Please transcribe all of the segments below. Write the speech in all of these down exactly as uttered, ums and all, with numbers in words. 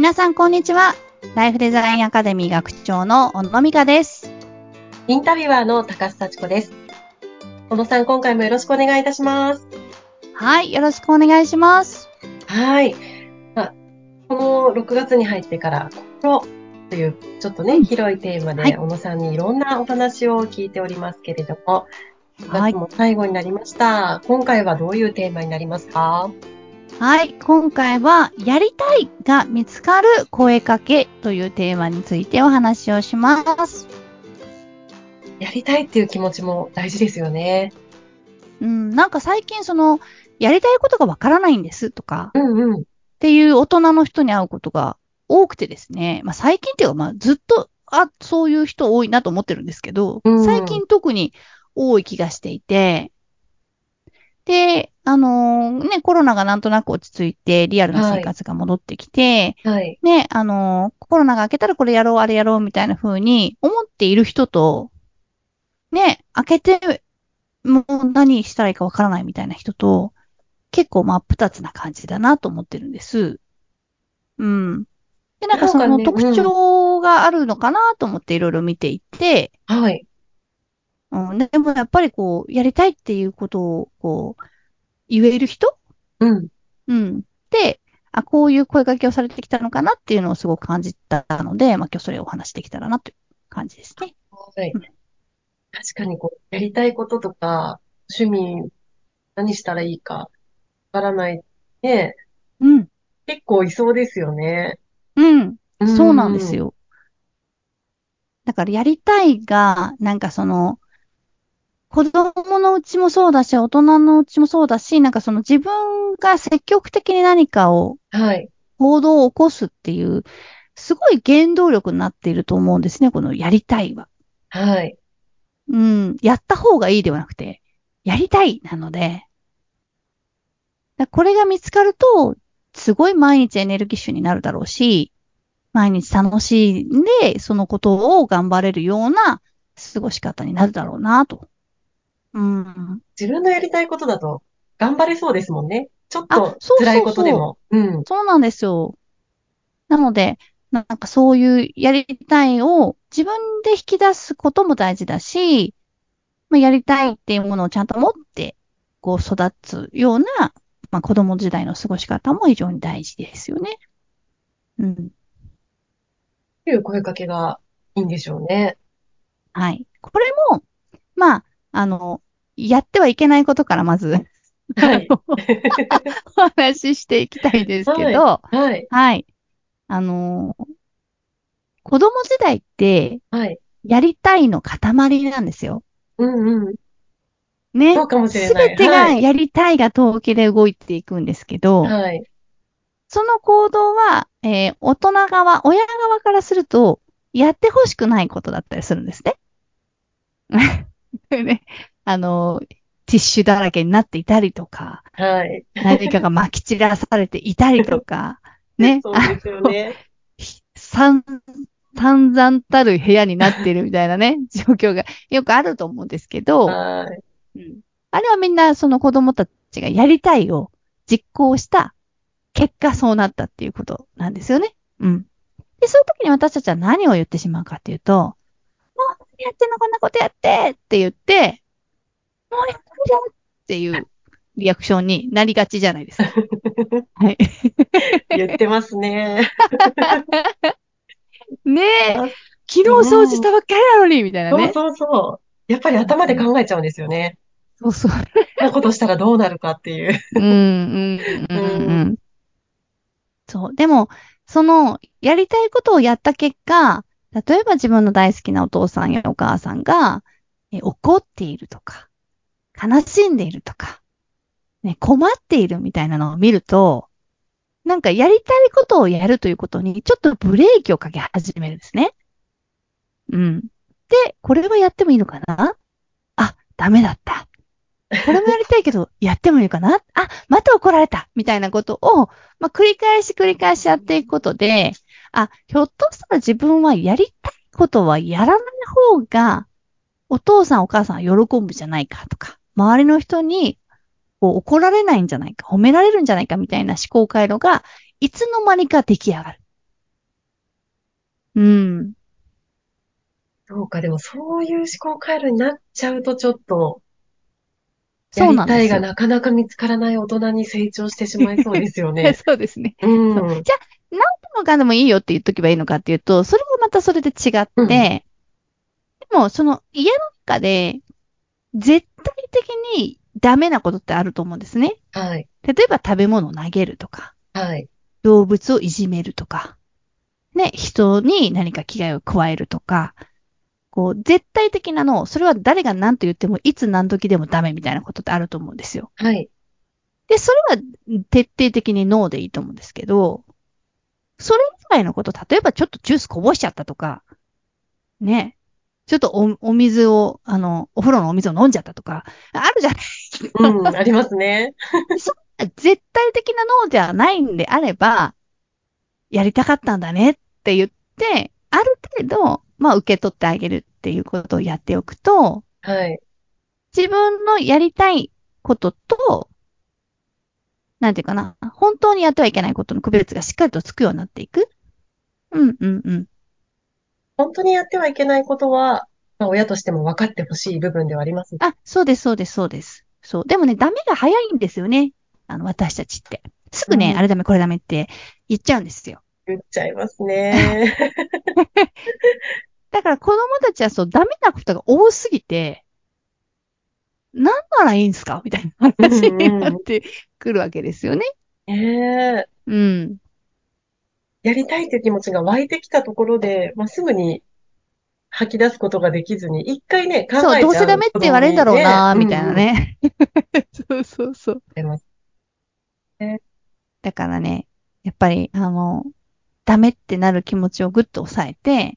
皆さんこんにちは。ライフデザインアカデミー学長の小野美香です。 インタビュアーの高須幸子です。小野さん、今回もよろしくお願いいたします。 はい、よろしくお願いします。 はい。まあ、このろくがつに入ってから心というちょっとね、 うん、 広いテーマはい、 で小野さんにいろんなお話を聞いておりますけれども、6 はい、 月も最後になりました。今回はどういうテーマになりますか？ はい。今回はやりたいが見つかる声かけというテーマについてお話をします。 やりたいっていう気持ちも大事ですよね。 うん、なんか最近そのやりたいことがわからないんですとかうんうん。 っていう大人の人に会うことが多くてですね。まあ最近っていうかまあずっとあそういう人多いなと思ってるんですけど、最うん。 近特に多い気がしていて。で、あのーね、コロナがなんとなく落ち着いて、リアルな生はい。 活が戻ってきて、 はい。 ね、あのーコロナが明けたらこれやろう、あれやろう、みたいな風に思っている人と、ね、明けて、もう何したらいいかわからないみたいな人と、結構真っ二つな感じだなと思ってるんです。うん。で、なんかそなんかね、 の特うん。 徴があるのかなと思っていろいろ見ていて、 はい。 うん、でもやっぱりこう、やりたいっていうことを、こう、言える人うん。 うん。で、あ、こういう声掛けをされてきたのかなっていうのをすごく感じたので、まあ今日それをお話しできたらなという感じですね。 はい。 うん。 確かにこう、やりたいこととか、趣味、何したらいいか、わからないね。 うん。 結構いそうですよね。 うん。 うそうなんですん。 よ。だからやりたいが、なんかその、子供のうちもそうだし、大人のうちもそうだし、なんかその自分が積極的に何かを、 はい。 行動を起こすっていう、すごい原動力になっていると思うんですね、このやりたいは。 はい。 うん。やった方がいいではなくて、やりたいなので、だこれが見つかると、すごい毎日エネルギッシュになるだろうし、毎日楽しんで、そのことを頑張れるような過ごし方になるだろうなと。うん。 自分のやりたいことだと、頑張れそうですもんね。ちょっあ、 とそう辛いそうそう。 ことでも。うん。 そうなんですよ。なので、なんかそういうやりたいを自分で引き出すことも大事だし、まあ、やりたいっていうものをちゃんと持って、こう育つような、まあ、子供時代の過ごし方も非常に大事ですよね。うん。 っていう声かけがいいんでしょうね。 はい。これも、まあ、あの、やってはいけないことからまず、 はい。 お話ししていきたいですけはい。 ど、 はい。 はい。あの、子供時代って、 はい。 やりたいの塊なんですよ。 うんうん。そね。 うかもしれすない。 べてがはい。 やりたいが動機で動いていくんですけど、 はい。 その行動は、えー大人側、親側からすると、やってほしくないことだったりするんですね。ね、あの、ティッシュだらけになっていたりとか、 はい。 何かが撒き散らされていたりとか、ね、あそうですよの、 ね。 散散々たる部屋になっているみたいなね、状況がよくあると思うんですけど、 はい。 うん、あれはみんなその子供たちがやりたいを実行した結果そうなったっていうことなんですよね。うん。で、そういう時に私たちは何を言ってしまうかっていうと、もう何やってんのこんなことやってって言って、もうやってるじゃんっていうリアクションになりがちじゃないですか。はい。 言ってますね。 ねえ、 あ、 昨日掃除しうん。 たばっかりなのに、みたいなね。 そうそうそう。やっぱり頭でうん、 考えちゃうんですよね。 そうそう。 こんなことしたらどうなるかっていう。 うん、うん、ううん、 ん。 うん。そう。でも、その、やりたいことをやった結果、例えば自分の大好きなお父さんやお母さんが、え怒っているとか、悲しんでいるとか、ね、困っているみたいなのを見ると、なんかやりたいことをやるということに、ちょっとブレーキをかけ始めるんですね。うん。で、これはやってもいいのかなあ、ダメだった。これもやりたいけど、やってもいいかなあ、また怒られたみたいなことを、まあ、繰り返し繰り返しやっていくことで、あ、ひょっとしたら自分はやりたいことはやらない方が、お父さんお母さんは喜ぶじゃないかとか、周りの人にこう怒られないんじゃないか、褒められるんじゃないかみたいな思考回路が、いつの間にか出来上がる。 うん。 そうか、でもそういう思考回路になっちゃうとちょっと、やそうりたいなんですよ。 がなかなか見つからない大人に成長してしまいそうですよね。 そうですね。そう。 うん。 じゃあ、何でもかんでもいいよって言っとけばいいのかっていうと、それはまたそれで違っうん。 て、でも、その家の中で絶対的にダメなことってあると思うんですね。 はい。 例えば食べ物を投げるとか、 はい。 動物をいじめるとか、ね、人に何か危害を加えるとか、こう、絶対的なの、それは誰が何と言っても、いつ何時でもダメみたいなことってあると思うんですよ。 はい。 で、それは徹底的にノーでいいと思うんですけど、それ以外のこと、例えばちょっとジュースこぼしちゃったとか、ね、ちょっとお、お水を、あの、お風呂のお水を飲んじゃったとか、あるじゃないですか。 うん、ありますね。 そんな絶対的なノーではないんであれば、やりたかったんだねって言って、ある程度、まあ受け取ってあげるっていうことをやっておくと、 はい。 自分のやりたいことと、なんていうかな、本当にやってはいけないことの区別がしっかりとつくようになっていく。うんうんうん。 本当にやってはいけないことは、まあ、親としても分かってほしい部分ではあります。 あ、そうです、そうです、そうです。そう。でもね、ダメが早いんですよね。あの、私たちって。すぐね、 うん、 あれダメ、これダメって言っちゃうんですよ。 言っちゃいますね。 だから子供たちはそう、ダメなことが多すぎて、なんならいいんすかみたいなう話になんうん。 ってくるわけですよね。 ええ、 うん。 やりたいという気持ちが湧いてきたところで、まあ、すぐに吐き出すことができずに、一回ね、考そう、どうえちゃせダメって言わう子供れるんだろうにね、 な、 うみたいなんうん、 ね。そうそうそう。 出ますね。 だからね、やっぱり、あの、ダメってなる気持ちをぐっと抑えて、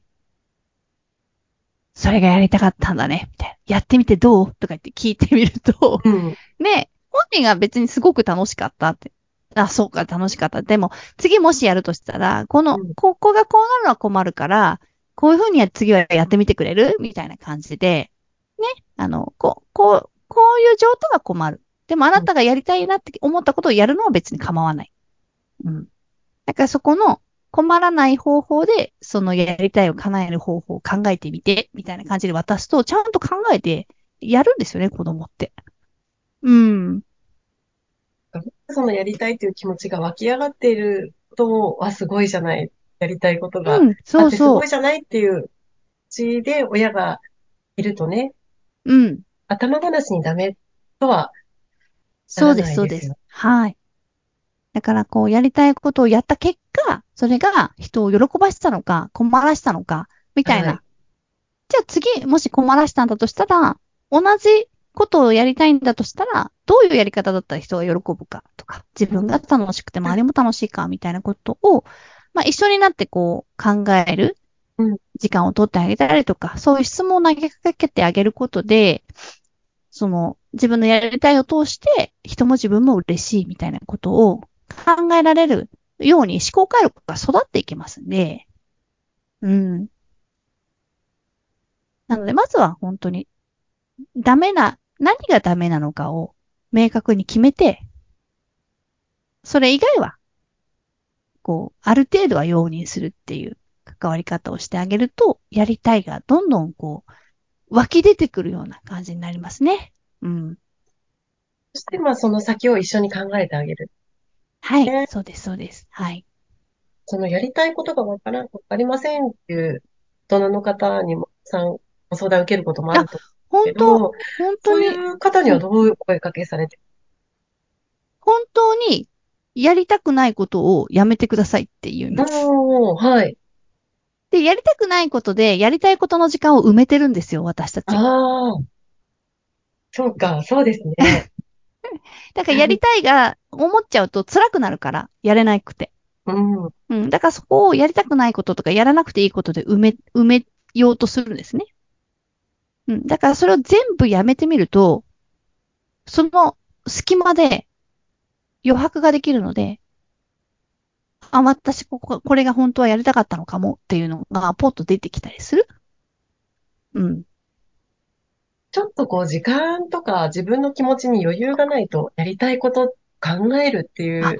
それがやりたかったんだね、みたいな。やってみてどうとか言って聞いてみると、 うん、 ね、本人が別にすごく楽しかったって。あ、そうか、楽しかった。でも、次もしやるとしたら、この、 うん、 ここがこうなるのは困るから、こういうふうにや次はやってみてくれるみたいな感じで、ね、あの、こう、こう、こういう状態は困る。でもあうん。 なたがやりたいなって思ったことをやるのは別に構わない。うん。だからそこの困らない方法で、そのやりたいを叶える方法を考えてみて、みたいな感じで渡すと、ちゃんと考えてやるんですよね、子供って。うん。 そのやりたいという気持ちが湧き上がっていることはすごいじゃない。やりたいことがうん、 あってすごそうそいじゃないっていう口で親がいるとね、 う。うん。 頭ごなしにダメとはならそうです、そうです。 ないですよ。 はい。だから、こう、やりたいことをやった結果、それが人を喜ばしたのか、困らしたのか、みたいはい。 な。じゃあ次、もし困らしたんだとしたら、同じことをやりたいんだとしたら、どういうやり方だったら人が喜ぶかとか、自分が楽しくて周りも楽しいかみたいなことを、まあ一緒になってこう考えるうん。 時間を取ってあげたりとか、そういう質問を投げかけてあげることで、その自分のやりたいを通して人も自分も嬉しいみたいなことを考えられるように思考回路が育っていきますんで、うん。なので、まずは本当にダメな、何がダメなのかを明確に決めて、それ以外は、こう、ある程度は容認するっていう関わり方をしてあげると、やりたいがどんどんこう、湧き出てくるような感じになりますね。うん。 そして、まあ、その先を一緒に考えてあげる。 はい。 ね。 そうです、そうです。はい。 そのやりたいことがわからん、わかりませんっていう大人の方にも、さん、ご相談を受けることもああ、 ると思う本当、 けど、 本当そういに、 う方にうん。 はどういうお声かけされて、 本当にやりたくないことをやめてくださいって言うんです。 おー、はい。 で、やりたくないことで、やりたいことの時間を埋めてるんですよ、私たち。 ああ、そうか、そうですね。 だからやりたいが思っちゃうと辛くなるから、やれなくて。 うん。 うん。だからそこをやりたくないこととかやらなくていいことで埋め、埋めようとするんですね。うん。だからそれを全部やめてみると、その隙間で余白ができるので、あ、私ここ、これが本当はやりたかったのかもっていうのがポッと出てきたりする。うん。 ちょっとこう、時間とか自分の気持ちに余裕がないと、やりたいこと考えるっていあ、 う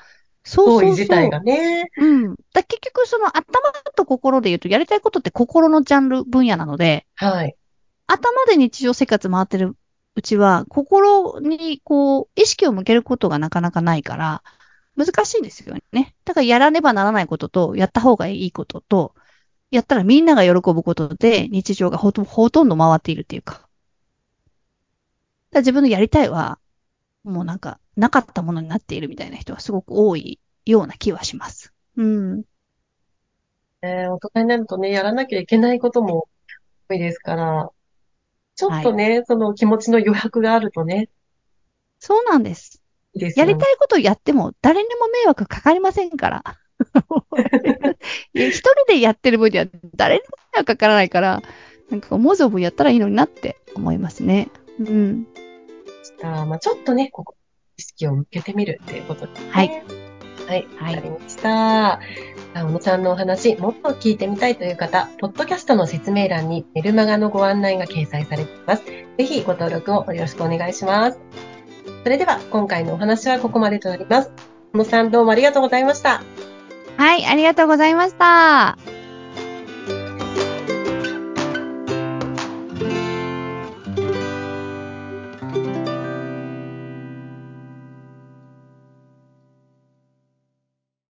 そう行為そうそ自体がね。 う。うん。だ結局、その頭と心で言うと、やりたいことって心のジャンル分野なので、 はい。 頭で日常生活回ってるうちは、心にこう、意識を向けることがなかなかないから、難しいんですよね。だからやらねばならないことと、やった方がいいことと、やったらみんなが喜ぶことで、日常がほとほとんど回っているっていうか。だから自分のやりたいは、もうなんか、なかったものになっているみたいな人はすごく多いような気はします。うん。 えー大人になるとね、やらなきゃいけないことも多いですから、ちょっはい。 とね、その気持ちの余白があるとね、 そうなんです。 いいですよね。 やりたいことをやっても誰にも迷惑かかりませんから。いや一人でやってる分には誰にも迷惑かからないから、なんか思う存分やったらいいのになって思いますね。うん。 したまあ、ちょっとね、ここ、意識を向けてみるっていうことですはい。 ね。はい、 はい。 わかりました。あ小野さんのお話、もっと聞いてみたいという方、ポッドキャストの説明欄にメルマガのご案内が掲載されています。ぜひご登録をよろしくお願いします。それでは、今回のお話はここまでとなります。小野さんどうもありがとうございました。 はい、ありがとうございました。